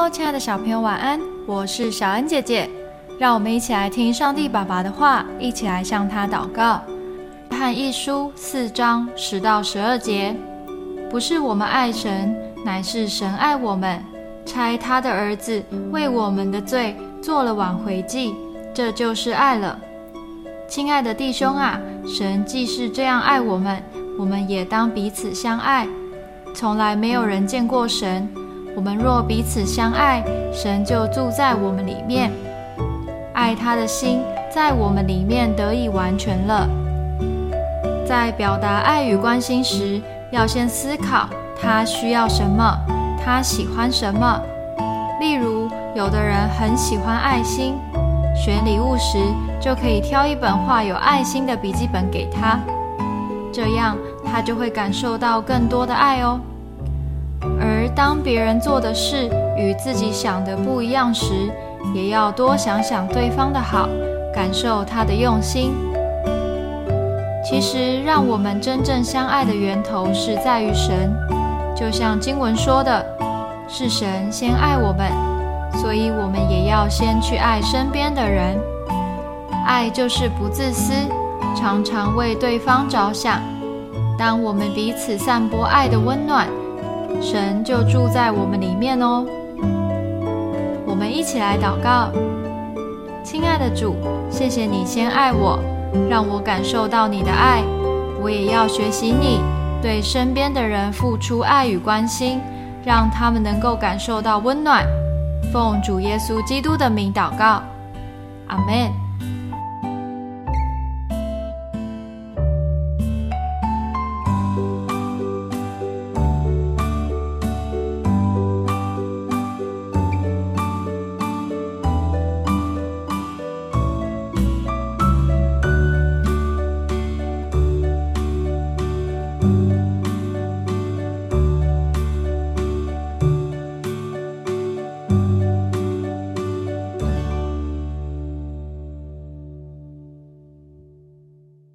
Hello， 亲爱的小朋友，晚安！我是小恩姐姐，让我们一起来听上帝爸爸的话，一起来向他祷告。约翰一书4章10到12节，不是我们爱神，乃是神爱我们，差他的儿子为我们的罪做了挽回祭，这就是爱了。亲爱的弟兄啊，神既是这样爱我们，我们也当彼此相爱。从来没有人见过神，我们若彼此相爱，神就住在我们里面，爱他的心在我们里面得以完全了。在表达爱与关心时，要先思考他需要什么，他喜欢什么。例如，有的人很喜欢爱心，选礼物时就可以挑一本画有爱心的笔记本给他，这样他就会感受到更多的爱哦。而当别人做的事与自己想的不一样时，也要多想想对方的好，感受他的用心。其实让我们真正相爱的源头是在于神，就像经文说的，是神先爱我们，所以我们也要先去爱身边的人。爱就是不自私，常常为对方着想。当我们彼此散播爱的温暖，神就住在我们里面哦。我们一起来祷告。亲爱的主，谢谢你先爱我，让我感受到你的爱，我也要学习你对身边的人付出爱与关心，让他们能够感受到温暖。奉主耶稣基督的名祷告，阿们。